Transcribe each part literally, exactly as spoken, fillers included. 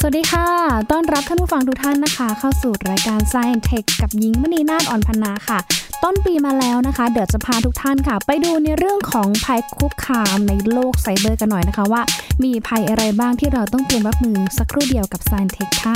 สวัสดีค่ะต้อนรับท่านผู้ฟังทุกท่านนะคะเข้าสู่รายการ Science Tech กับหญิงมณีนาฏอ่อนพนาค่ะต้นปีมาแล้วนะคะเดี๋ยวจะพาทุกท่านค่ะไปดูในเรื่องของภัยคุกคามในโลกไซเบอร์กันหน่อยนะคะว่ามีภัยอะไรบ้างที่เราต้องเตรียมรับมือสักครู่เดียวกับ Science Tech ค่ะ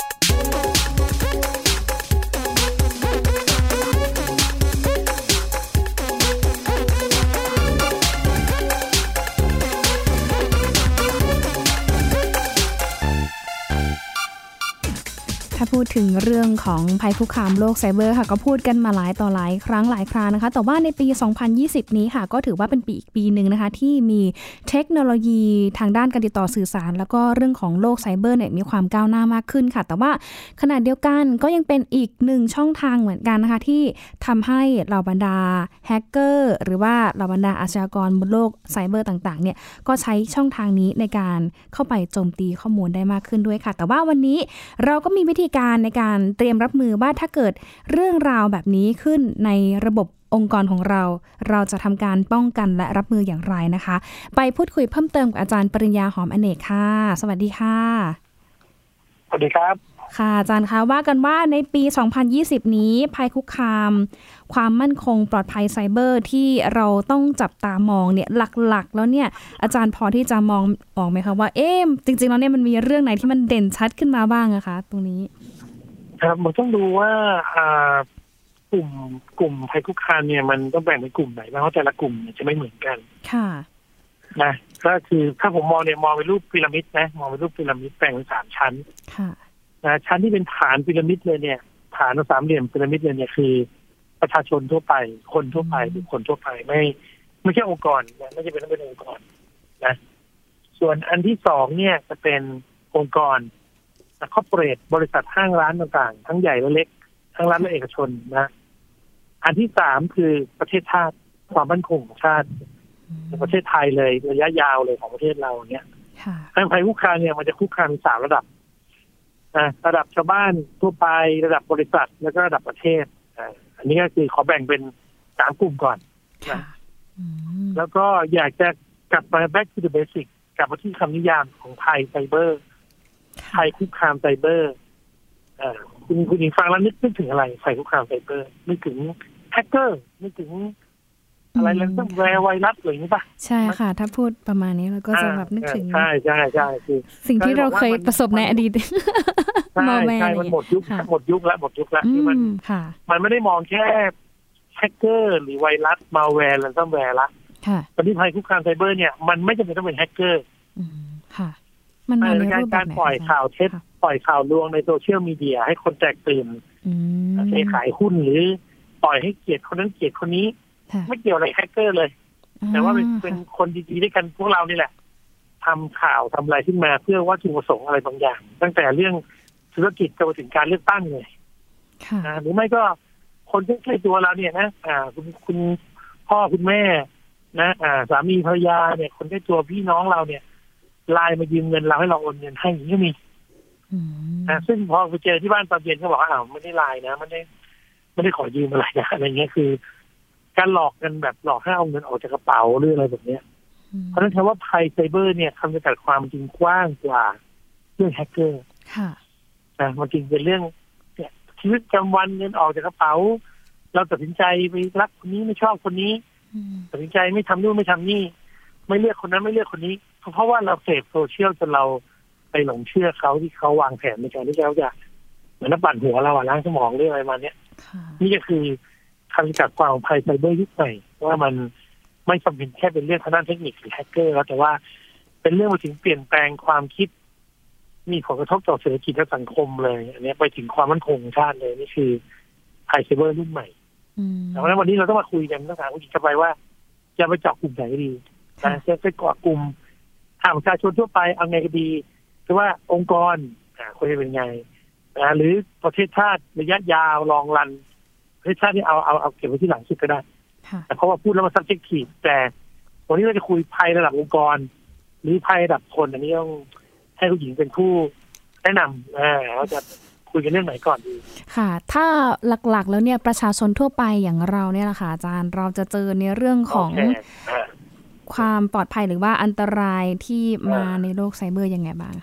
ถ้าพูดถึงเรื่องของภัยคุกคามโลกไซเบอร์ค่ะก็พูดกันมาหลายต่อหลายครั้งหลายครานะคะแต่ว่าในปีสองพันยี่สิบนี้ค่ะก็ถือว่าเป็นปีอีกปีนึงนะคะที่มีเทคโนโลยีทางด้านการติดต่อสื่อสารแล้วก็เรื่องของโลกไซเบอร์เนี่ยมีความก้าวหน้ามากขึ้นค่ะแต่ว่าขณะเดียวกันก็ยังเป็นอีกหนึ่งช่องทางเหมือนกันนะคะที่ทำให้เหล่าบรรดาแฮกเกอร์หรือว่าเหล่าบรรดาอาชญากรบนโลกไซเบอร์ต่างๆเนี่ยก็ใช้ช่องทางนี้ในการเข้าไปโจมตีข้อมูลได้มากขึ้นด้วยค่ะแต่ว่าวันนี้เราก็มีวิธีการในการเตรียมรับมือว่าถ้าเกิดเรื่องราวแบบนี้ขึ้นในระบบองค์กรของเราเราจะทำการป้องกันและรับมืออย่างไรนะคะไปพูดคุยเพิ่มเติมกับอาจารย์ปริญญาหอมอเนกค่ะสวัสดีค่ะสวัสดีครับค่ะอาจารย์คะว่ากันว่าในปีสองพันยี่สิบนี้ภัยคุกคามความมั่นคงปลอดภัยไซเบอร์ที่เราต้องจับตามองเนี่ยหลักๆแล้วเนี่ยอาจารย์พอที่จะมองออกไหมคะว่าเอ๊ะจริงๆแล้วเนี่ยมันมีเรื่องไหนที่มันเด่นชัดขึ้นมาบ้างอะคะตรงนี้ครับมันต้องดูว่าอ่ากลุ่มกลุ่มภัยคุกคามเนี่ยมันต้องแบ่งเป็นกลุ่มไหนบ้างเพราะแต่ละกลุ่มเนี่ยจะไม่เหมือนกันค่ะนะก็คือถ้าผมมองเนี่ยมองเป็นรูปพีระมิดนะมองเป็นรูปพีระมิดแบ่งเป็นสามชั้นค่ะนะชั้นที่เป็นฐานพีระมิดเลยเนี่ยฐานสามเหลี่ยมพีระมิดเลยเนี่ยคือประชาชนทั่วไปคนทั่วไปบุคคลทั่วไปไม่ไม่ใช่องค์กรนะไม่ใช่เป็นเป็นองค์กรนะส่วนอันที่สองเนี่ยจะเป็นองค์กรคอร์ปอเรทบริษัทห้างร้านต่างๆทั้งใหญ่และเล็กทั้งรัฐและเอกชนนะอันที่สามคือประเทศชาติความมั่นคงของชาติในประเทศไทยเลยระยะยาวเลยของประเทศเราเนี่ยทางภัยคุกคามเนี่ยมันจะคุกคามสามระดับนะระดับชาวบ้านทั่วไประดับบริษัทแล้วก็ระดับประเทศอันนี้ก็คือขอแบ่งเป็นสามกลุ่มก่อนนะแล้วก็อยากจะกลับมา back to the basic กลับมาที่คำนิยามของภัยไซเบอร์ภัยคุกคามไซเบอร์อ่าคุณคุณหญิงฟังแล้วนึกนึกถึงอะไรภัยคุกคามไซเบอร์นึกถึงแฮกเกอร์นึกถึงอะไรแล้วต้องแวร์ไวรัสอะไรอย่างนี้ป่ะใช่ค่ะถ้าพูดประมาณนี้เราก็จะแบบนึกถึงใช่ใช่ใช่คือสิ่งที่เราเคยประสบในอดีตมาแวร์มันหมดยุคหมดยุคแล้วหมดยุคแล้วที่มันมันไม่ได้มองแค่แฮกเกอร์หรือไวรัสมาแวร์แล้วต้องแวร์ละตอนนี้ภัยคุกคามไซเบอร์เนี่ยมันไม่จำเป็นต้องเป็นแฮกเกอร์ค่ะมันมาในรูปแบบไหนการปล่อยข่าวเท็จปล่อยข่าวลวงในโซเชียลมีเดียให้คนแตกตื่นไปขายหุ้นหรือปล่อยให้เกลียดคนนั้นเกลียดคนนี้ไม่เกี่ยวอะไรแฮกเกอร์เลยแต่ว่าเป็นคนดีๆด้วยกันพวกเรานี่แหละทำข่าวทำอะไรขึ้นมาเพื่อวัตถุประสงค์อะไรบางอย่างตั้งแต่เรื่องธุรกิจจนไปถึงการเลือกตั้งเลยหรือไม่ก็คนใกล้ตัวเราเนี่ยนะอ่าคุณคุณพ่อคุณแม่นะอ่าสามีภรรยาเนี่ยคนใกล้ตัวพี่น้องเราเนี่ยไลน์มายืมเงินเราให้เราโอนเงินให้อย่างนี้ก็มีนะซึ่งพอไปเจอที่บ้านตอนเย็นก็บอกว่าอ้าวไม่ได้ไลน์นะไม่ได้ไม่ได้ขอยืมอะไรนะอะไรเงี้ยคือการหลอกกันแบบหลอกให้เอาเงินออกจากกระเป๋าหรืออะไรแบบเนี้ยเพราะฉะนั้นคำว่าภัยไซเบอร์เนี่ยคำจำกัดความจริงกว้างกว่าเรื่องแฮกเกอร์นะมันจริงเป็นเรื่องเนี่ยชีวิตประจำวันเงินออกจากกระเป๋าเราตัดสินใจไปรักคนนี้ไม่ชอบคนนี้ตัดสินใจไม่ทำนู่นไม่ทำนี่ไม่เลือกคนนั้นไม่เลือกคนนี้เพราะว่าเราเสพโซเชียลจนเราไปหลงเชื่อเขาที่เขาวางแผนในการที่เขาจะเหมือนนับปั่นหัวเราอะล้างสมองเรื่องอะไรมาเนี้ยนี่ก็คือคำจำกัดความของภัยไซเบอร์ยุคใหม่ว่ามันไม่จำเป็นแค่เป็นเรื่องทางด้านเทคนิคหรือแฮกเกอร์แล้วแต่ว่าเป็นเรื่องมาถึงเปลี่ยนแปลงความคิดมีผลกระทบต่อเศรษฐกิจและสังคมเลยอันนี้ไปถึงความมั่นคงของชาติเลยนี่คือภัยไซเบอร์รุ่นใหม่แต่ว่าวันนี้เราต้องมาคุยกันต้องถามคุณหญิงจะไปว่าจะไปเจาะกลุ่มไหนดีนะจะไปเกาะกลุ่มทางประชาชนทั่วไปเอาไงก็ดีหรือว่าองค์กรอ่าควรจะเป็นไงนะหรือประเทศชาติระยะยาวลองรันประเทศชาติที่เอาเอาเอาเก็บไว้ที่หลังสุดก็ได้แต่เพราะว่าพูดแล้วมัน subjective แต่วันนี้เราจะคุยภัยระดับองค์กรหรือภัยระดับคนอันนี้ต้องให้ผู้หญิงเป็นผู้แนะนำอ่าเราจะคุยกันเรื่องไหนก่อนดีค่ะถ้าหลักๆแล้วเนี่ยประชาชนทั่วไปอย่างเราเนี่ยแหละค่ะอาจารย์เราจะเจอในเรื่องของความปลอดภัยหรือว่าอันตรายที่มาในโลกไซเบอร์ยังไงบ้างคะ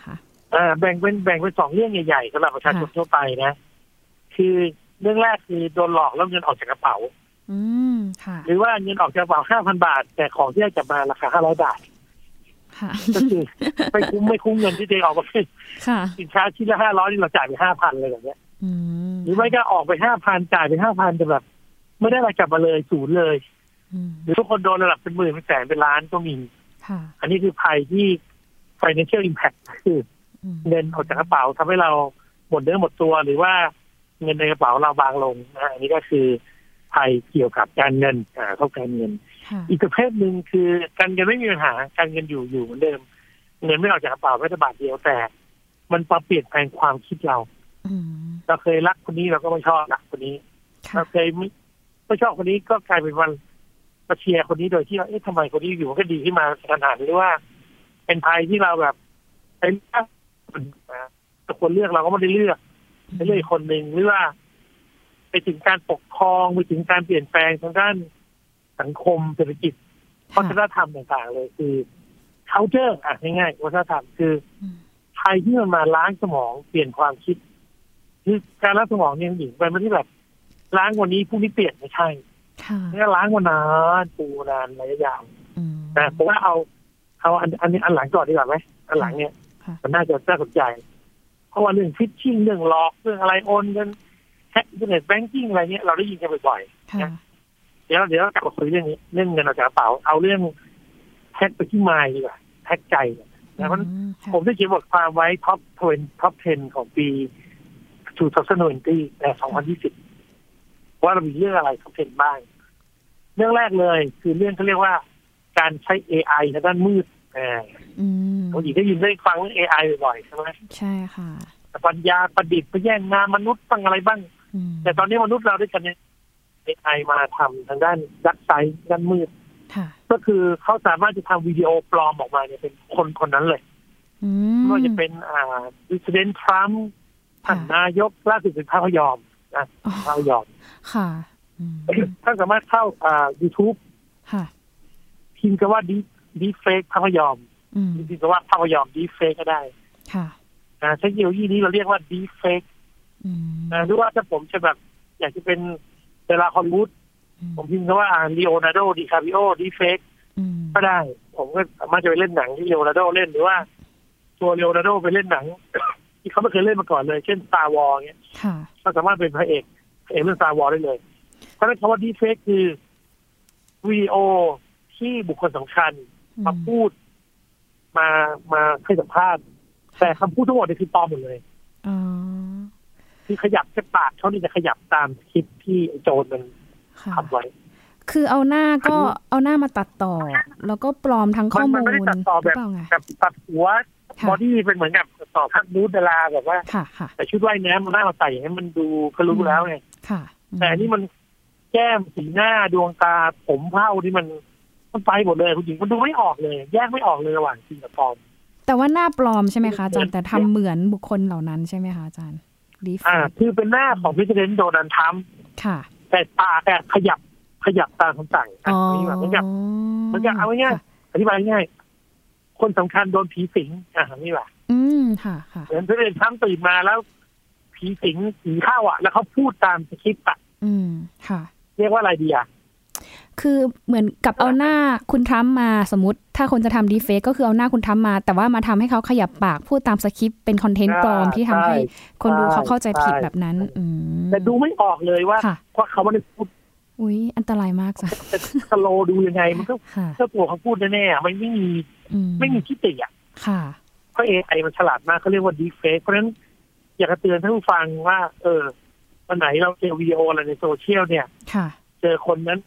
อ่าแบ่งเป็นแบ่งเป็นสองเรื่องใหญ่ๆสำหรับประชาชนทั่วไปนะคือเรื่องแรกคือโดนหลอกแล้วเงินออกจากกระเป๋าอืมค่ะหรือว่าเงินออกจากกระเป๋า ห้าพัน บาทแต่ของที่ได้กลับมาราคาห้าร้อยบาทค่ะก็คือไม่คุ้มไม่คุ้มเงินที่เดออกมาค่ะสินค้าชิ้นละห้าร้อยนี่เราจ่ายไป ห้าพัน เลยแบบเนี้ยอืมหรือไม่ก็ออกไป ห้าพัน จ่ายไป ห้าพัน แต่แบบไม่ได้อะไรกลับมาเลยศูนย์เลยหรือทุกคนโดนระดับเป็นหมื่นเป็นแสนเป็นล้านก็มีอันนี้คือภัยที่ financial impact คือเงินออกจากกระเป๋าทำให้เราหมดเนื้อหมดตัวหรือว่าเงินในกระเป๋าเราบางลงนะอันนี้ก็คือภัยเกี่ยวกับการเงินอ่าเท่าการเงินอีกประเภทหนึ่งคือการเงินไม่มีปัญหาการเงินอยู่อยู่เหมือนเดิมเงินไม่ออกจากกระเป๋าแม้แต่บาทเดียวแต่มันมาเปลี่ยนแปลงความคิดเราเราเคยรักคนนี้เราก็ไม่ชอบรักคนนี้เราเคยไม่ไม่ชอบคนนี้ก็กลายเป็นวันมาเชียร์คนนี้โดยที่ว่าเอ๊ะทำไมคนนี้อยู่ก็ดีขึ้นมาขนาดหรือว่าเป็นภัยที่เราแบบเป็นแต่คนเลือกเราก็ไม่ได้เลือกไปเลือกคนหนึ่งหรือว่าไปถึงการปกครองไปถึงการเปลี่ยนแปลงทางด้านสังคมเศรษฐกิจวัฒนธรรมต่างๆเลยคือ culture อ่ะง่ายๆวัฒนธรรมคือภัยที่มันมาล้างสมองเปลี่ยนความคิดคือการล้างสมองเนี่ยหญิงไปไม่ได้แบบล้างวันนี้พรุ่งนี้เปลี่ยนไม่ใช่นี่ล้างมานานปูนานระยะยาวแต่ผมว่าเอาเอาอันอันนี้อันหลังก่อนดีกว่าไหมอันหลังเนี่ยมันน่าจะน่าสนใจเพราะว่าเรื่องฟิชชิ่งเรื่องหลอกเรื่องอะไรโอนเงินแฮกอินเทอร์เน็ตแบงกิ้งอะไรเนี้ยเราได้ยินกันบ่อยๆนะเดี๋ยวเดี๋ยวกลับมาคุยเรื่องนี้เรื่องเงินออกจากกระเป๋าเอาเรื่องแฮกไปที่ไมล์ดีกว่าแฮกใจนะมันผมได้เขียนบทความไว้ท็อปทเวนท็อปสิบของปีสองพันยี่สิบแต่สองพันยี่สิบว่าเรามีเรื่องอะไรท็อปสิบบ้างเรื่องแรกเลยคือเรื่องเขาเรียกว่าการใช้ เอ ไอ ในด้านมืดอ่าผมอีกได้ยินได้ฟังเรื่อง เอ ไอ บ่อยๆใช่ไหมใช่ค่ะปัญญาประดิษฐ์ไปแย่งงานมนุษย์บ้างอะไรบ้างแต่ตอนนี้มนุษย์เราด้วยกันเนี่ย เอ ไอ มาทำทางด้านดักไซด์ด้านมืดก็คือเขาสามารถจะทำวิดีโอปลอมออกมาเนี่ยเป็นคนคนนั้นเลยไม่ว่าจะเป็นอ่าดิสเดนทรัมป์ท่านนายกล่าสุดเป็นพระพยอมนะพระพยอมค่ะท่านสามารถเข้าอ่า YouTube ค่ะพิมพ์คำว่าดีดีเฟกพระพยอมพิมพ์คำว่าพระพยอมดีเฟกก็ได้ค่ะเทคโนโลยีนี้เราเรียกว่าดีเฟกหรือว่าถ้าผมจะแบบอยากจะเป็นเวลาฮอลลีวูดผมพิมพ์คำว่าลีโอนาร์โดดิคาปิโอดีเฟกก็ได้ผมก็สามารถจะไปเล่นหนังที่ลีโอนาร์โดเล่นหรือว่าตัวลีโอนาร์โดไปเล่นหนังที่เขาไม่เคยเล่นมาก่อนเลยเช่น Star Wars เงี้ยก็สามารถเป็นพระเอกเอกเรื่อง Star Wars ได้เลยเพราะฉะนั้นคำว่าดีเฟกคือวิดีโอที่บุคคลสำคัญมาพูดมามาให้สัมภาษณ์แต่คำพูดทั้งหมดนี่คือปลอมหมดเลยคือขยับแค่ปากเขานี่จะขยับตามคลิปที่โจรมันทำไว้คือเอาหน้าก็เอาหน้ามาตัดต่อแล้วก็ปลอมทั้งข้อมูลมันไม่ได้ตัดต่อแบบแบบตัดหัวบอดี้เป็นเหมือนกับต่อภาพนูดดาราแบบว่าแต่ชุดว่ายน้ำมันหน้ามาใส่ให้มันดูก็รู้แล้วไงแต่นี่มันแก้มสีหน้าดวงตาผมเผ้าที่มันมันไปหมดเลยคุณหญิงมันดูไม่ออกเลยแยกไม่ออกเลยระหว่างจริงกับปลอมแต่ว่าหน้าปลอมใช่ไหมคะอาจารย์แต่ทำเหมือนบุคคลเหล่านั้นใช่ไหมคะอาจารย์อ่าคือเป็นหน้าของประธานาธิบดีโดนัลด์ทรัมป์ค่ะแต่ปากแกขยับขยับตามคำสั่งอันนี้แบบมันจะมันจะเอาง่ายอธิบายง่ายคนสำคัญโดนผีสิงอ่ะนี่แหละอืมค่ะค่ะเหมือนประธานาธิบดีทรัมป์ตื่นมาแล้วผีสิงผีเข้าอ่ะแล้วเขาพูดตามสคริปต์อ่ะอืมค่ะเรียกว่าอะไรดีอ่ะคือเหมือนกับเอาหน้าคุณทรัมป์มาสมมติถ้าคนจะทำดีเฟกก็คือเอาหน้าคุณทรัมป์มาแต่ว่ามาทำให้เขาขยับปากพูดตามสคริปต์เป็นคอนเทนต์ปลอมที่ทำให้คนดูเขาเข้าใจผิดแบบนั้นแต่ดูไม่ออกเลยว่าว่าเขาไม่ได้พูดอุ้ยอันตรายมากจ้ะแต่สโลดูยังไงมันก็เจ้าตัวเขาพูดแน่ๆมันไม่มีไม่มีที่ติอ่ะเพราะ เอ ไอ มันฉลาดมากเขาเรียกว่าดีเฟกเพราะฉะนั้นอยากจะเตือนท่านผู้ฟังว่าเออวันไหนเราเจอวิดีโออะไรในโซเชียลเนี่ยเจอคนนั้น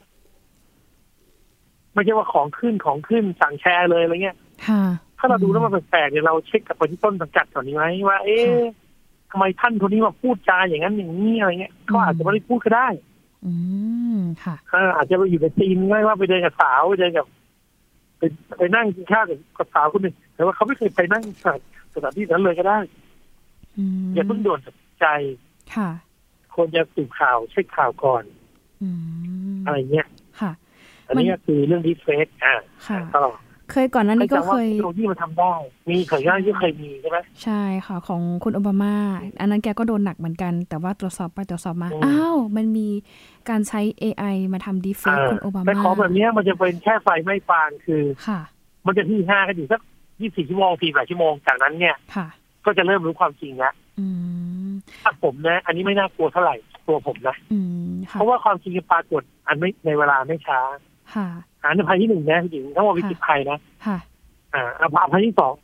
ไม่ใช่ว่าของขึ้นของขึ้นสั่งแชร์เลยอะไรเงี้ยถ้าเราดูแล้วมันแปลกๆเนี่ยเราเช็คกับคนที่ต้นสังกัดก่อนนี้ไหมว่าเอ๊ะทำไมท่านคนนี้มาพูดจาอย่างนั้นอย่างนี้อะไรเงี้ยเขาอาจจะไม่ได้พูดก็ได้อืมค่ะอาจจะไปอยู่ในซีนง่ายว่าไปเดินกับสาวไปเดินกับไปไปนั่งกินข้าวกับสาวคนหนึ่งแต่ว่าเขาไม่เคยไปนั่งสถานที่นั้นเลยก็ได้อย่าเพิ่งด่วนตัดใจค่ะควรจะสืบข่าวเช็คข่าวก่อนอะไรเงี้ยค่ะอันนี้ก็คือเรื่องดีเฟกอ่ะค่ะเคยก่อนหน้านี้ก็เคยโที่มันทำได้มีเคยง่ายที่เคยมีใช่ไหมใช่ค่ะของคุณโอบามาอันนั้นแกก็โดนหนักเหมือนกันแต่ว่าตรวจสอบไปตรวจสอบมาอ้าวมันมีการใช้ เอ ไอ มาทำดีเฟกต์คุณโอบามาแต่ของแบบนี้มันจะเป็นแค่ไฟไม่ฟางคือค่ะมันจะที่ห้ากันอยู่สักยี่สิบสี่ชั่วโมงสี่หลายชั่วโมงจากนั้นเนี่ยก็จะเริ่มรู้ความจริงแล้วถ้าผมนะอันนี้ไม่น่ากลัวเท่าไหร่ตัวผมนะเพราะว่าความจริงจะปรากฏอันไม่ในเวลาไม่ช้าอ่าในภัยที่หนึ่งนะคุณหญิงทั้งหมดมีสิบภัยนะอ่าอาภัยที่สอง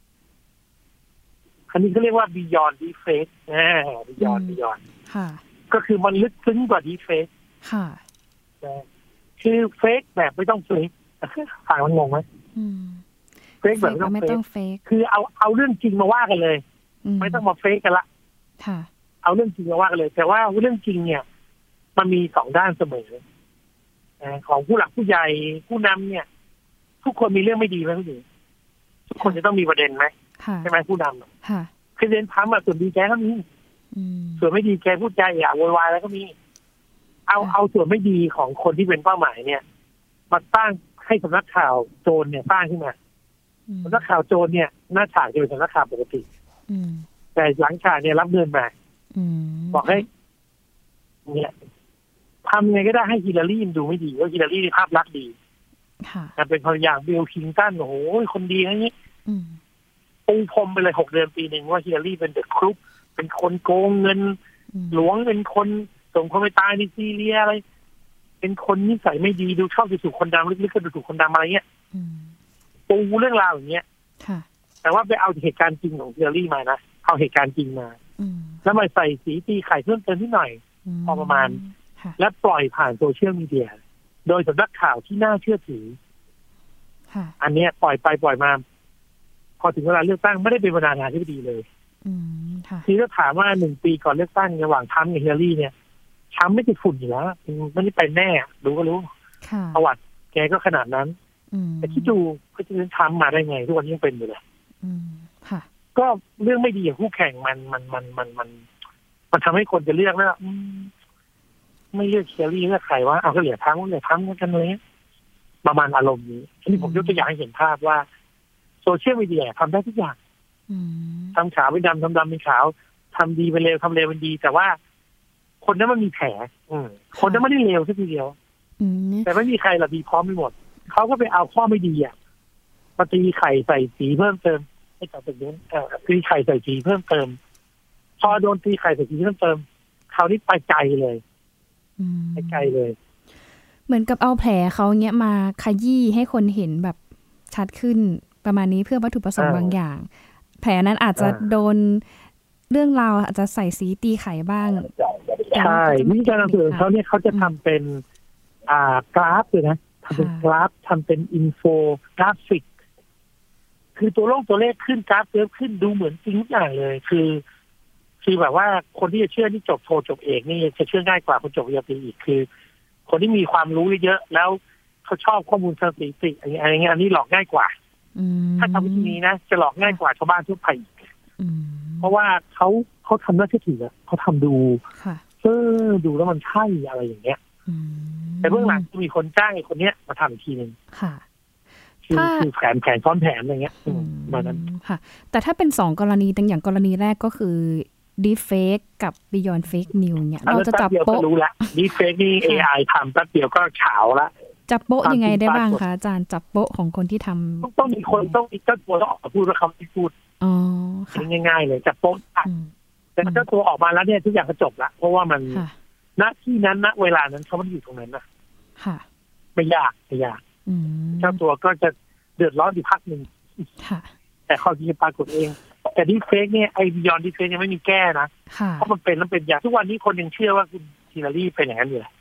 อันนี้เขาเรียกว่า beyond deepfake นะ beyond beyond ก็คือมันลึกซึ้งกว่า deepfake ค่ะคือเฟกแบบไม่ต้องเฟกฟังมันงงไหมเฟกแบบไม่ต้องเฟกคือเอาเอาเรื่องจริงมาว่ากันเลยไม่ต้องมาเฟกกันละเอาเรื่องจริงมาว่ากันเลยแต่ว่าเรื่องจริงเนี่ยมันมีสองด้านเสมอของผู้หลักผู้ใหญ่ผู้นำเนี่ยทุกคนมีเรื่องไม่ดีไหมผู้หญิงทุกคนจะต้องมีประเด็นไหมใช่ไหมผู้นำคือเรียนทำอะส่วนดีแกก็มีส่วนไม่ดีแกพูดใจอย่าโวยวายแล้วก็มีเอาเอาส่วนไม่ดีของคนที่เป็นเป้าหมายเนี่ยมาตั้งให้สำนักข่าวโจรเนี่ยตั้งขึ้นมาสำนักข่าวโจรเนี่ยหน้าฉากจะเป็นสำนักข่าวปกติแต่หลังฉากเนี่ยรับเงินมาบอกให้เนี่ยทำไงก็ได้ให้ฮิลลารีดูไม่ดีว่าฮิลลารีภาพลักษณ์ดีแต่เป็นภรรยาบิลคิงตันโอ้โหคนดีอย่างนี้ปูพรมไปเลยหกเดือนปีหนึ่งว่าฮิลลารีเป็นเดอะครุปเป็นคนโกงเงินหลวงเป็นคนส่งคนไปตายในซีเรียอะไรเป็นคนนิสัยไม่ดีดูชอบดูถูกคนดำลึกๆก็ดูถูกคนดำอะไรเงี้ยปูเรื่องราวอย่างเงี้ยแต่ว่าไปเอาเหตุการณ์จริงของฮิลลารีมานะเอาเหตุการณ์จริงมาแล้วมาใส่สีตีไข่เพิ่มเติมนิดหน่อยพอประมาณและปล่อยผ่านโซเชียลมีเดียโดยสำนักข่าวที่น่าเชื่อถืออันนี้ปล่อยไปปล่อยมาพอถึงเวลาเลือกตั้งไม่ได้เป็นประธานาธิบดีเลยทีนี้ถ้าถามว่าหนึ่งปีก่อนเลือกตั้งระหว่างทรัมป์กับฮิลลารีเนี่ยทรัมป์ไม่ติดฝุ่นอยู่แล้วมันไม่ไปแน่ดูก็รู้ประวัติแกก็ขนาดนั้นแต่ที่ดูก็จะเป็นทรัมป์มาได้ไงทุกวันนี้ยังเป็นอยู่เลยก็เรื่องไม่ดีอย่างคู่แข่งมันมันมันมันมันมันทำให้คนจะเลือกแล้วไม่เลือกฮิลลารีเลือกใครว่าเอาก็เหลือทรัมป์เหลือทรัมป์กันเลยประมาณอารมณ์นี้ทีนี้ผมยกตัวอย่างให้เห็นภาพว่าโซเชียลมีเดียทำได้ทุกอย่างทำขาวเป็นดำทำดำเป็นขาวทำดีเป็นเลวทำเลวเป็นดีแต่ว่าคนนั้นมันมีแผลคนนั้นไม่ได้เลวแค่ทีเดียวแต่ไม่มีใครหรอกดีพร้อมไปหมดเขาก็ไปเอาข้อไม่ดีอ่ะมาตีไข่ใส่สีเพิ่มเติมให้ต่อเป็นเรื่องตีไข่ใส่สีเพิ่มเติมพอโดนตีไข่ใส่สีเพิ่มเติมคราวนี้ไปไกลเลยไปไกลเลยเหมือนกับเอาแผลเขาเงี้ยมาขยี้ให้คนเห็นแบบชัดขึ้นประมาณนี้เพื่อวัตถุประสงค์บางอย่างแผลนั้นอาจจะโดนเรื่องราวอาจจะใส่สีตีไข่บ้างใช่วิธีการทำสื่อเขาเนี่ยเขาจะทำเป็นอ่ากราฟเลยนะทำเป็นกราฟทำเป็นอินโฟกราฟิกคือตัวเลขตัวเลขขึ้นกราฟเยอะขึ้นดูเหมือนจริงทุกอย่างเลยคือคือแบบว่าคนที่จะเชื่อที่จบโทจบเอกนี่จะเชื่อง่ายกว่าคนจบปริญญาตรีอีกคือคนที่มีความรู้เยอะแล้วเขาชอบข้อมูลสถิติอะไรเงี้ยอันนี้หลอกง่ายกว่าถ้าทำวิธีนี้นะจะหลอกง่ายกว่าชาวบ้านทั่วไปเพราะว่าเขาเขาทำน่าเชื่อถือเขาทำดูเออดูแล้วมันใช่อะไรอย่างเงี้ยแต่เบื้องหลังจะมีคนจ้างไอ้คนเนี้ยมาทำอีกทีนึงคือคือแผนแผนซ้อนแผนอะไรเงี้ยมานั้นค่ะแต่ถ้าเป็นสองกรณีอย่างกรณีแรกก็คือDeepfake กับ Beyond Fake News เนี่ยเราจะจับโป๊ะรู้ละ Deepfake นี่ เอ ไอ ทำแป๊บเดียวก็เฉาละจับโป๊ะยังไงได้บ้างคะอาจารย์จับโป๊ะของคนที่ทำต้องมีคนต้องมีเจ้าตัวต้องออกมาพูดว่าเขาไม่พูดอ๋อง่ายๆเลยจับโป๊ะแต่เจ้าตัวออกมาแล้วเนี่ยทุกอย่างก็จบละเพราะว่ามันณที่นั้นณเวลานั้นเขาไม่ได้อยู่ตรงนั้นนะไม่ยากไม่ยากเจ้าตัวก็จะเดือดร้อนอยู่พักหนึ่งแต่ข้อที่จะปรากฏเองแต่ดีเฟกเนี่ยไอบิยอนดีเฟกยังไม่มีแก้นะเพราะมันเป็นแล้วเป็นอย่างทุกวันนี้คนยังเชื่อว่าคุณฮิลลารีเป็นอย่างนั้นอยู่เลย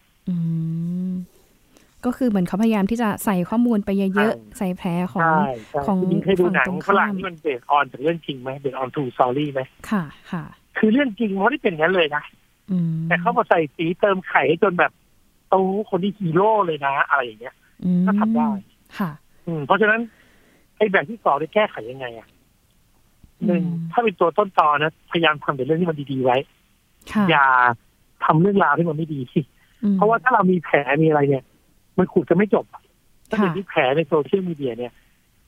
ก็คือเหมือนเขาพยายามที่จะใส่ข้อมูลไปเยอะๆใส่แผลของของเคยดูหนังฝรั่งที่มันเบสออนจากเรื่องจริงไหมเบสออนทูสตอรี่ไหมค่ะค่ะคือเรื่องจริงมันไม่ได้เป็นอย่างนั้นเลยนะแต่เขามาใส่สีเติมไข่จนแบบโตคนที่ฮีโร่เลยนะอะไรอย่างเงี้ยก็ทำได้ค่ะเพราะฉะนั้นไอ้แบบที่สองได้แก้ไขยังไงอ่ะหนึ่งถ้าเป็นตัวต้นตอนะพยายามทำแต่เรื่องที่มันดีๆไว้อย่าทำเรื่องราวที่มันไม่ดีสิเพราะว่าถ้าเรามีแผลมีอะไรเนี่ยมันขุดจะไม่จบถ้าเป็นที่แผลในโซเชียลมีเดียเนี่ย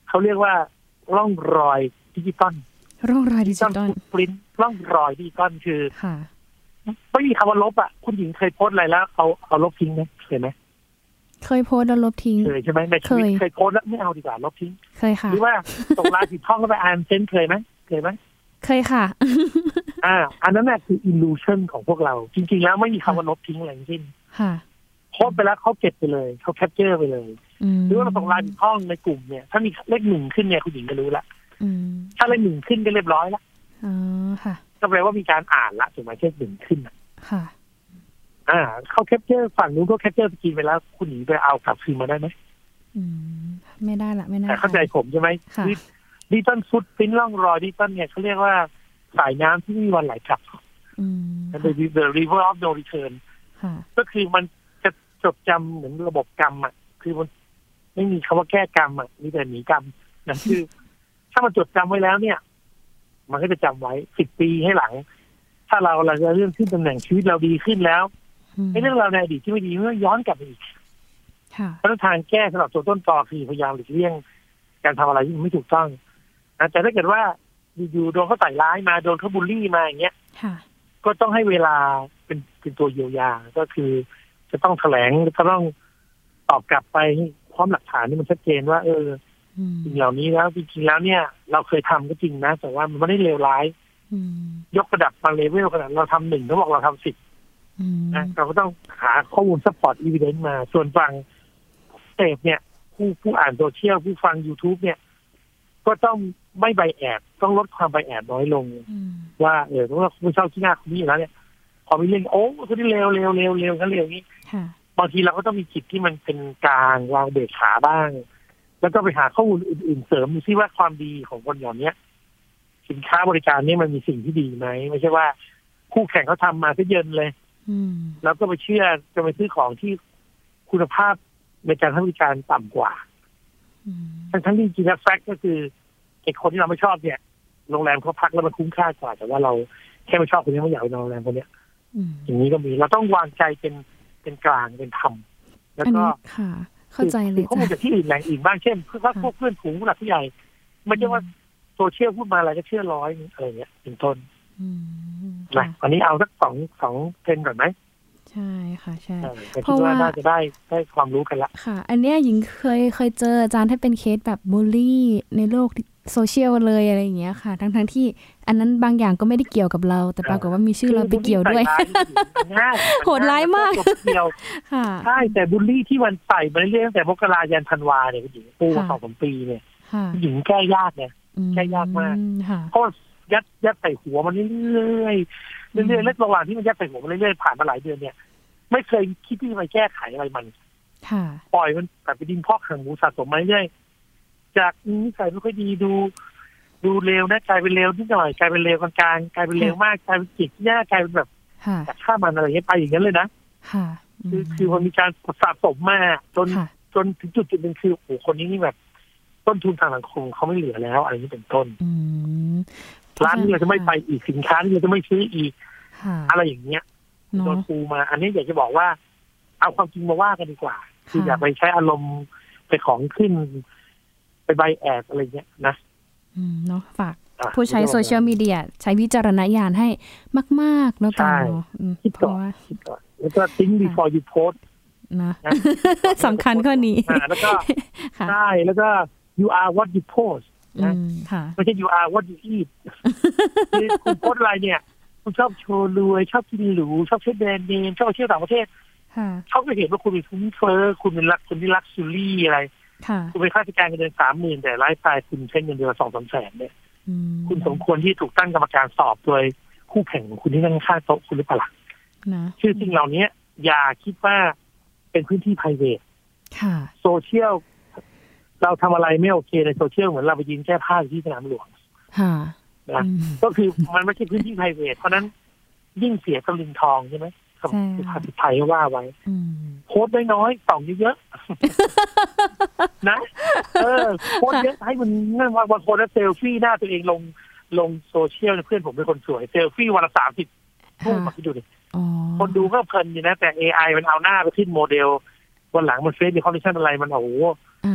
เขาเรียกว่าร่องรอยดิจิตอลร่องรอยดิจิตอลปริ้นร่องรอยดิจิตอลคือไม่มีคำว่าลบอ่ะคุณหญิงเคยโพสอะไรแล้วเอาเอาลบทิ้งไหมเคยไหมเคยโพสแล้วลบทิ้งเคยใช่ไหมในชีวิตเคยโพสแล้วไม่เอาดีกว่าลบทิ้งเคยค่ะหรือว่าส่งไลน์ผิดช่องก็ไปอ่านเซนเคยไหมเคยไหมเคยค่ะอ่าอันนั้นแหละคือ illusion ของพวกเราจริงๆแล้วไม่มีคำว่าลบทิ้งอะไรทั้งสิ้นค่ะโพสไปแล้วเขาเก็บไปเลยเขาแคปเจอร์ไปเลยหรือว่าเราส่งไลน์ผิดช่องในกลุ่มเนี่ยถ้ามีเลขหนึ่งขึ้นเนี่ยคุณหญิงก็รู้ละถ้าเลขหนึ่งขึ้นก็เรียบร้อยละอ๋อค่ะก็แปลว่ามีการอ่านละถูกไหมเลขหนึ่งขึ้นอ่ะค่ะอ่าเขาแคปเจอร์ฝั่งนู้นก็แคปเจอร์ไปกินไปแล้วคุณหญิงไปเอากลับคืนมาได้ไหมอืมไม่ได้ละไม่ได้แต่เข้าใจผมใช่ไหมดิจิตอลฟุตพิ้นร่องรอยดิจิตอลเนี่ยเขาเรียกว่าสายน้ำที่ไม่มีวันไหลกลับมันเป็น the river of no return ก็คือมันจะจดจำเหมือนระบบกรรมอ่ะคือมันไม่มีคำว่าแก้กรรมอ่ะมีแต่หนีกรรมนั่นคือถ้ามันจดจำไว้แล้วเนี่ยมันก็จะจำไว้สิบปีให้หลังถ้าเราเราจะเรื่องขึ้นตำแหน่งชีวิตเราดีขึ้นแล้วไอ้เรื่องเราในอดีตที่ไม่ดีเมื่อย้อนกลับไปอีกเพราะทางแก้สำหรับตัวต้นตอคือพยายามหลีกเลี่ยงการทำอะไรที่ไม่ถูกต้องแต่ถ้าเกิดว่าอยู่ๆโดนเขาใส่ร้ายมาโดนเขาบูลลี่มาอย่างเงี้ยก็ต้องให้เวลาเป็นเป็นตัวเยียวยาก็คือจะต้องแถลงจะต้องตอบกลับไปพร้อมหลักฐานที่มันชัดเจนว่าเออสิ่งเหล่านี้แล้วจริงๆแล้วเนี่ยเราเคยทำก็จริงนะแต่ว่ามันไม่ได้เลวร้ายยกระดับมาเลเวลขนาดเราทำหนึ่งเขาบอกเราทำสิบนะเราก็ต้องหาข้อมูลซัพพอร์ตอีวิเดนซ์มาส่วนฟังเสพเนี่ยผู้ผู้อ่านโซเชียลผู้ฟัง YouTube เนี่ยก็ต้องไม่ไบแอดต้องลดความไบแอดน้อยลงว่าเออเพราะว่าคุณเช่าที่หน้าคุณนี่แล้วเนี่ยพอมีเรื่องโอ้คุณนี่เร็วเร็วเร็วเร็วกันเร็วนี้บางทีเราก็ต้องมีจิตที่มันเป็นกลางวางเบรกขาบ้างแล้วก็ไปหาข้อมูลอื่นๆเสริมดูซิว่าความดีของคนอย่างเนี้ยสินค้าบริการนี่มันมีสิ่งที่ดีไหมไม่ใช่ว่าคู่แข่งเขาทำมาซะเยินเลยแล้วก็ไปเชื่อจะไปซื้อของที่คุณภาพในการให้บริการต่ำกว่าทั้งทั้งที่จริงๆแล้วแฟกต์ก็คือไอ้คนที่เราไม่ชอบเนี่ยโรงแรมเขาพักแล้วมันคุ้มค่ากว่าแต่ว่าเราแค่ไม่ชอบคนนี้ไม่อยากไปนอนโรงแรมคนเนี้ยอย่างนี้ก็มีเราต้องวางใจเป็นเป็นกลางเป็นธรรมแล้วก็ค่ะเข้าใจเลยข้อมูลจากที่อื่นแหล่งอื่นบ้างเช่นพวกพวกเพื่อนฝูงผู้หลักผู้ใหญ่ไม่ใช่ว่าโซเชียลพูดมาอะไรก็เชื่อร้อยอะไรเงี้ยเป็นต้นนะอันนี้เอาสักสองสองเทรนก่อนไหมใช่ค่ะใช่เพราะว่าน่าจะได้ได้ความรู้กันละค่ะอันนี้หญิงเคยเคยเจออาจารย์ที่เป็นเคสแบบบูลลี่ในโลกโซเชียลเลยอะไรอย่างเงี้ยค่ะทั้งทั้งที่อันนั้นบางอย่างก็ไม่ได้เกี่ยวกับเราแต่ปรากฏว่ามีชื่อเราไปเกี่ยวด้วยโหดร้ายมากค่ะใช่แต่บูลลี่ที่มันใส่มาเรื่อยๆตั้งแต่มกรายันธันวาเนี่ยคุณหญิงปูสองสามปีเนี่ยคุณหญิงแก้ยากเนี่ยแก้ยากมากเพราะยัดยัดใส่หัวมันเรื่อยๆเรื่อยๆแล้วระหว่างที่มันยัดใส่หัวมันเรื่อยๆผ่านมาหลายเดือนเนี่ยไม่เคยคิดที่จะไปแก้ไขอะไรมันปล่อยมันแบบไปดินพอกหางหมูสะสมมาเรื่อยจากนิสัยไม่ค่อยดีดูดูเลวนะกลายเป็นเลวนิดหน่อยกลายเป็นเลวกลางๆกลายเป็นเลวมากกลายเป็นจิตหน้ากลายเป็นแบบจากฆ่ามันอะไรเงี้ยไปอย่างนั้นเลยนะคือคือมันมีการสะสมมาจนจนถึงจุดจุดหนึ่งคือโอ้คนนี้นี่แบบต้นทุนทางสังคมเขาไม่เหลือแล้วอะไรนี้เป็นต้นร้านนี้เราจะไม่ไปอีกสินค้านี้เราจะไม่ซื้ออีกอะไรอย่างเงี้ยโดนปูมาอันนี้อยากจะบอกว่าเอาความจริงมาว่ากันดีกว่าคืออย่าไปใช้อารมณ์ไปของขึ้นไปใบแอดอะไรเงี้ยนะเนาะฝากผู้ใช้โซเชียลมีเดียใช้วิจารณญาณให้มากๆแล้วกันเนาะเพราะว่าแล้วก็ think before you post นะสำคัญข้อนี้แล้วก็ใช่แล้วก็ you are what you post นะไม่ใช่ you are what you eat คือคุณโพสอะไรเนี่ยคุณชอบโชว์รวยชอบกินหรูชอบใช้แบรนด์เนมชอบเที่ยวต่างประเทศเขาก็เห็นว่าคุณเป็นฟุ้งเฟ้อคุณเป็นรักคุณที่รักซูรี่อะไรคุณเป็นข้าราชการเงินเดือนสามหมื่นแต่ไลฟ์สไตล์คุณใช้เงินเดือนสองสามแสนเนี่ยคุณสมควรที่ถูกตั้งกรรมการสอบโดยคู่แข่งของคุณที่นั่งข้างโต๊ะคุณหรือเปล่าชื่อสิ่งเหล่านี้อย่าคิดว่าเป็นพื้นที่ private โซเชียลเราทำอะไรไม่โอเคในโซเชียลเหมือนเราไปยืนแก้ผ้าที่สนามหลวงนะก็คือมันไม่ใช่พื้นที่ private เพราะนั้นยิ่งเสียตะลึงทองใช่ไหมภาษาไทยว่าไว้โพสต์น้อยๆส่องเยอะๆนะเออโพสต์เยอะให้มันนั่นว่าบางคนเซลฟี่หน้าตัวเองลงลงโซเชียลเพื่อนผมเป็นคนสวยเซลฟี่วันละสามสิบรูปมาคิดดูดิคนดูก็เพลินอยู่นะแต่ เอ ไอ มันเอาหน้าไปขึ้นโมเดลวันหลังมันเฟซดิคอนดิชั่นอะไรมันโอ้โหไป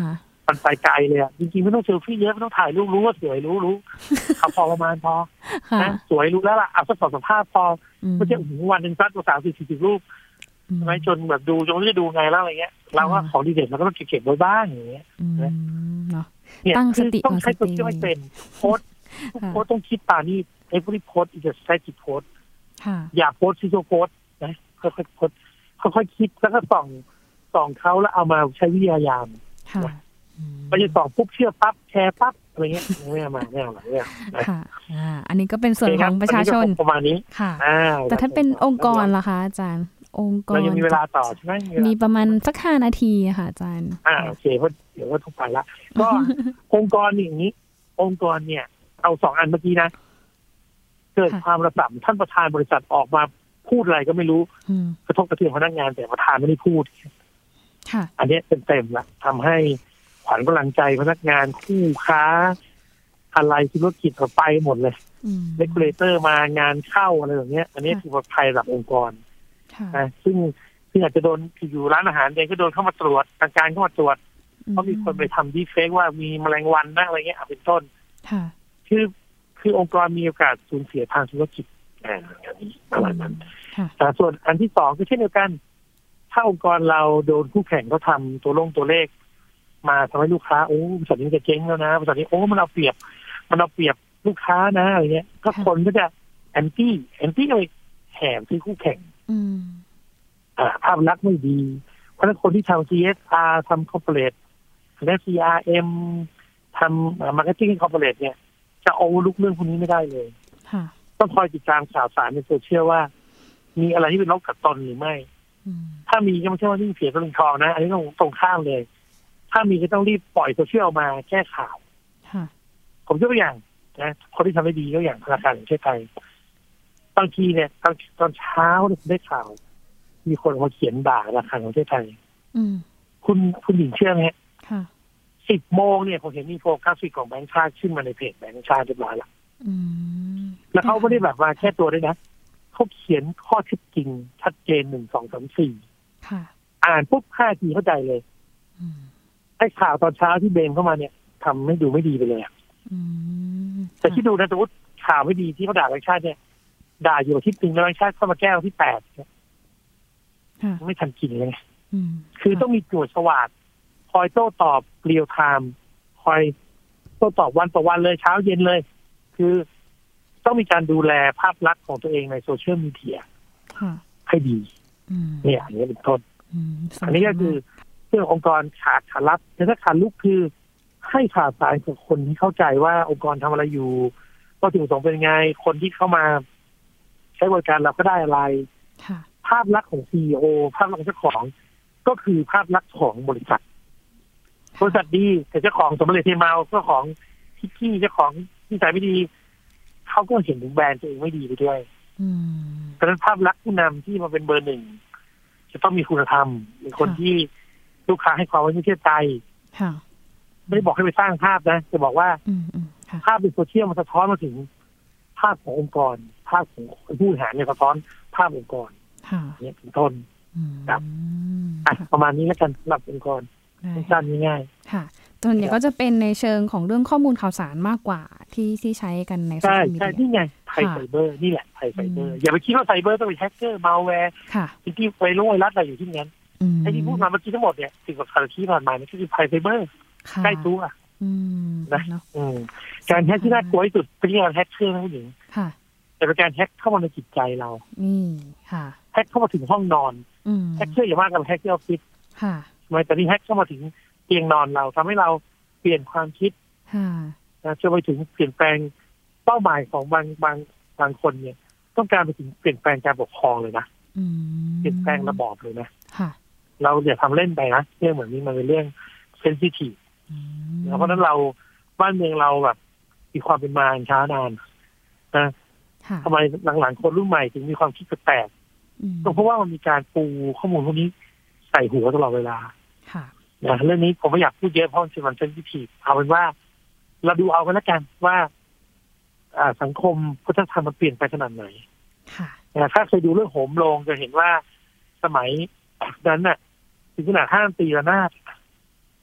มันไปไกลเลยอ่ะจริงๆไม่ต้องเซลฟี่เยอะไม่ต้องถ่ายรูปรู้ว่าสวยรู้รู้เอาพอประมาณพอนะสวยรู้แล้วล่ะเอาสักสองสามภาพพอไม่ใช่วันหนึ่งซัดตัวสามสี่สิบรูปทำไมจนแบบดูจนไม่ได้ดูไงแล้วอะไรเงี้ยเราก็ของดีเด่นเราก็ต้องเก็บไว้บ้างอย่างเงี้ยเนาะตั้งสติต้องใช้ตัวที่ไม่เป็นโพสโพสต้องคิดตานี่ไอ้พวกที่โพสจะใช้จิตโพสอย่าโพสที่โจโพสนะค่อยๆโพสค่อยๆคิดแล้วก็ส่องส่องเขาแล้วเอามาใช้วิทยายามไปจะส่องปุ๊บเชื่อปั๊บแชร์ปั๊บอะไรเงี้ยไม่เอามาไม่เอาหลังเนี่ยค่ะอันนี้ก็เป็นส่วนของประชาชนประมาณนี้ค่ะแต่ถ้าเป็นองค์กรล่ะคะอาจารย์องค์กรเรายังมีเวลาต่อใช่ไหมมีประมาณสักห้านาทีค่ะอาจารย์อ่าโอเคเพราะเดี๋ยวว่าทุกวันละก็องค์กรอย่างนี้องค์กรเนี่ยเอาสองอันเมื่อกี้นะเกิดความระส่ำท่านประธานบริษัทออกมาพูดอะไรก็ไม่รู้กระทบกระเทือนพนักงานแต่ประธานไม่ได้พูดอันนี้เต็มๆละทำให้ขวัญกำลังใจพนักงานคู่ค้าอะไรธุรกิจไปหมดเลยเรกูเลเตอร์มางานเข้าอะไรแบบนี้อันนี้คือภัยระดับองค์กรนะซึ่งซึ่งอาจจะโดนอยู่ร้านอาหารเองก็โดนเข้ามาตรวจทางการเข้ามาตรวจเพราะมีคนไปทำดีเฟกว่ามีแมลงวันนะอะไรเงี้ยเป็นต้นคือคือองค์กรมีโอกาสสูญเสียทางธุรกิจอย่างนี้ประมาณนั้นแต่ส่วนอันที่สองก็เช่นเดียวกันถ้าองค์กรเราโดนคู่แข่งเขาทำตัวลงตัวเลขมาทำให้ลูกค้าโอ้บริษัทนี้จะเจ๊งแล้วนะบริษัทนี้โอ้มันเอาเปรียบมันเอาเปรียบลูกค้านะอะไรเงี้ยก็คนก็จะแอนตี้แอนตี้เลยแห่ซื้อคู่แข่งอ่าภาพลักษณ์ไม่ดีเพราะฉะนั้นคนที่ทำ ซี เอส อาร์ ทำ corporate และ ซี อาร์ เอ็ม ทำ marketing corporate เนี่ยจะโอเวอร์ลุกเรื่องพวกนี้ไม่ได้เลยต้องคอยติดตามข่าวสารในโซเชียลว่ามีอะไรที่เป็นลบกับตนหรือไม่ถ้ามีก็ไม่ใช่ว่านิ่งเสียก็เป็นทองนะอันนี้ต้องตรงข้ามเลยถ้ามีก็ต้องรีบปล่อยโซเชียลมาแก้ข่าวผมยกตัวอย่างนะคนที่ทำได้ดีก็อย่างธนาคารแห่งประเทศไทยบางทีเนี่ยตอนตอนเช้าเนี่ยได้ข่าวมีคนมาเขียนด่าธนาคารแห่งประเทศไทยคุณคุณหญิงเชื่อไหมสิบโมงเนี่ยผมเห็นมีโฟกัสฟิกของแบงค์ชาติขึ้นมาในเพจแบงค์ชาติเรียบร้อยละแล้วเขาไม่ได้แบบว่าแค่ตัวด้วยนะเขาเขียนข้อเท็จจริงชัดเจนหนึ่งสองสามสี่อ่านปุ๊บห้าทีเข้าใจเลยไอ้ข่าวตอนเช้าที่เบนเข้ามาเนี่ยทำให้ดูไม่ดีไปเลยแต่ที่ดูนะสมมติข่าวไม่ดีที่เขาด่าแบงค์ชาติเนี่ยด่าอยู่อาทิตย์นึงแล้วแบงค์ชาติเข้ามาแก้วที่แปดไม่ทันกินเลยคือต้องมีตรวจสวาดคอยโต้ตอบเรียลไทม์คอยโต้ตอบวันต่อวันเลยเช้าเย็นเลยคือต้องมีการดูแลภาพลักษณ์ของตัวเองในโซเชียลมีเดียให้ดีเนี่ยอย่างนี้เป็นต้นอันนี้ก็คือเรื่ององค์กรขาดขารับแต่ถ้าขาดลุกคือให้ข่าวสารกับคนที่เข้าใจว่าองค์กรทำอะไรอยู่วัตถุประสงค์เป็นไงคนที่เข้ามาใช้บริการเราก็ได้อะไรภาพลักษณ์ของ ซี อี โอ ภาพลักษณ์ของเจ้าของก็คือภาพลักษณ์ของบริษัทบริษัทดีแต่เจ้าของสมเด็จเทเมาเจ้าของที่ขี้เจ้าของที่ใจไม่ดีเขาก็เห็นถึงแบรนด์ตัวเองไม่ดีไปด้วยเพราะฉะนั้นภาพลักษณ์ผู้นำที่มาเป็นเบอร์หนึ่งจะต้องมีคุณธรรมเป็นคนที่ลูกค้าให้ความไว้เชื่อใจไม่ได้บอกให้ไปสร้างภาพนะจะบอกว่าภาพในโซเชียลมันสะท้อนมาถึงภาพขององค์กรภาพของผู้บริหารเนี่ยสะท้อนภาพองค์กรเนี่ยเป็นต้นครับประมาณนี้แล้วกันสำหรับองค์กรสั้นง่ายๆค่ะส่วนใหญ่ก็จะเป็นในเชิงของเรื่องข้อมูลข่าวสารมากกว่าที่ที่ใช้กันในโซเชียลมีเดียใช่นี่ไงไทยไซเบอร์นี่แหละไทยไซเบอร์อย่าไปคิดว่าไซเบอร์ต้องเป็นแฮกเกอร์มาลแวร์ที่ไวรัสไวรัสอะไรอยู่ที่นั้นไอ้ที่พูดมาเมื่อกี้ทั้งหมดเนี่ยสิ่งกับคาร์คีผ่านมานี่คือไทยไซเบอร์ใกล้ตัวนะการแฮกที่น่ากลัวที่สุดเป็นการแฮกเกอร์นะผู้หญิงแต่เป็นการแฮกเข้ามาในจิตใจเราแฮกเข้ามาถึงห้องนอนแฮกเกอร์อย่างมากกับแฮกที่ออฟฟิศทำไมแต่นี่แฮกเข้ามาถึงเตียงนอนเราทำให้เราเปลี่ยนความคิดนะจนไปถึงเปลี่ยนแปลงเป้าหมายของบางบางบางคนเนี่ยต้องการไปถึงเปลี่ยนแปลงการปกครองเลยนะเปลี่ยนแปลงระบอบเลยนะเราอย่าทำเล่นไปนะเรื่องเหมือนนี้มันเป็นเรื่องเซนซิทีฟเพราะฉะนั้นเราบ้านเมืองเราแบบมีความเป็นมาช้านานนะทำไมหลังๆคนรุ่นใหม่ถึงมีความคิดแปลกๆก็เพราะว่ามันมีการปูข้อมูลพวกนี้ใส่หัวตลอดเวลานะเรื่องนี้ผมไม่อยากพูดเยอะเพราะมันเป็นเซนซิทีฟเอาเป็นว่าเราดูเอากันแล้วกันว่าสังคมวัฒนธรรมมันเปลี่ยนไปขนาดไหนถ้าเคยดูเรื่องโหมโรงจะเห็นว่าสมัยนั้นน่ะถึงขนาดห้ามตีระนาด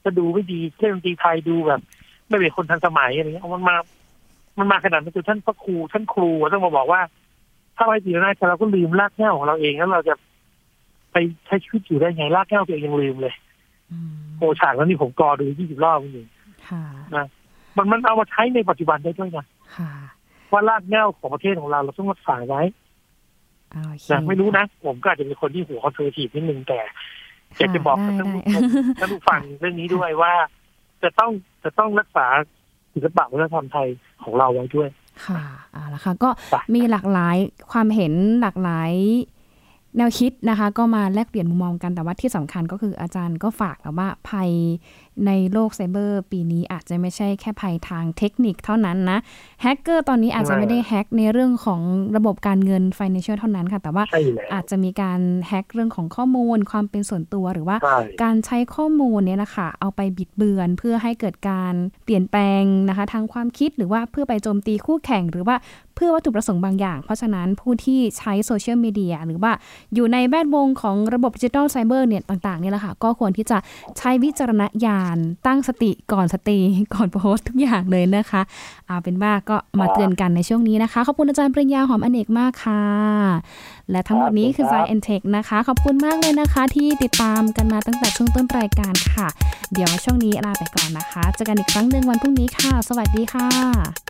ก็ดูไม่ดีเล่นดนตรีไทยดูแบบไม่เป็นคนทันสมัยอะไรเงี้ยมันมามันมาขนาดนั้นคือท่านพระครูท่านครูต้องมาบอกว่าถ้าไว้ตีหน้าเราก็ลืมรากเหง้าของเราเองแล้วเราจะไปใช้ชีวิตอยู่ได้ไงรากเหง้าตัวเองยังลืมเลยโอฉากแล้วนี่ผมกอดูยี่สิบรอบจริงๆนะมันมันเอามาใช้ในปัจจุบันได้ด้วยนะว่ารากเหง้าของประเทศของเราเราต้องรักษาไว้นะไม่รู้นะผมก็อาจจะเป็นคนที่หัวคอนเซอร์ทีฟนิดนึงแต่อยากจะบอกท่านผู้ชมท่านผู้ฟังเรื่องนี้ด้วยว่าจะต้องจะต้องรักษาศิลปะวัฒนธรรมไทยของเราไว้ด้วยค่ะอ่าแล้วค่ะก็มีหลากหลายความเห็นหลากหลายแนวคิดนะคะก็มาแลกเปลี่ยนมุมมองกันแต่ว่าที่สำคัญก็คืออาจารย์ก็ฝากว่าภัยในโลกไซเบอร์ปีนี้อาจจะไม่ใช่แค่ภัยทางเทคนิคเท่านั้นนะแฮกเกอร์ตอนนี้อาจจะไม่ได้แฮกในเรื่องของระบบการเงิน financial เท่านั้นค่ะแต่ว่าอาจจะมีการแฮกเรื่องของข้อมูลความเป็นส่วนตัวหรือว่าการใช้ข้อมูลเนี่ยนะคะเอาไปบิดเบือนเพื่อให้เกิดการเปลี่ยนแปลงนะคะทางความคิดหรือว่าเพื่อไปโจมตีคู่แข่งหรือว่าเพื่อวัตถุประสงค์บางอย่างเพราะฉะนั้นผู้ที่ใช้โซเชียลมีเดียหรือว่าอยู่ในแวดวงของระบบดิจิทัลไซเบอร์เนี่ยต่างๆเนี่ยแหละค่ะก็ควรที่จะใช้วิจารณญาณตั้งสติก่อนสติก่อนโพสต์ทุกอย่างเลยนะคะเอาเป็นว่าก็มาเตือนกันในช่วงนี้นะคะขอบคุณอาจารย์ปริญญาหอมอเนกมากค่ะและทั้งหมดนี้คือ Science and Tech นะคะขอบคุณมากเลยนะคะที่ติดตามกันมาตั้งแต่ช่วงต้นรายการค่ะเดี๋ยวช่วงนี้ลาไปก่อนนะคะเจอกันอีกครั้งนึงวันพรุ่งนี้ค่ะสวัสดีค่ะ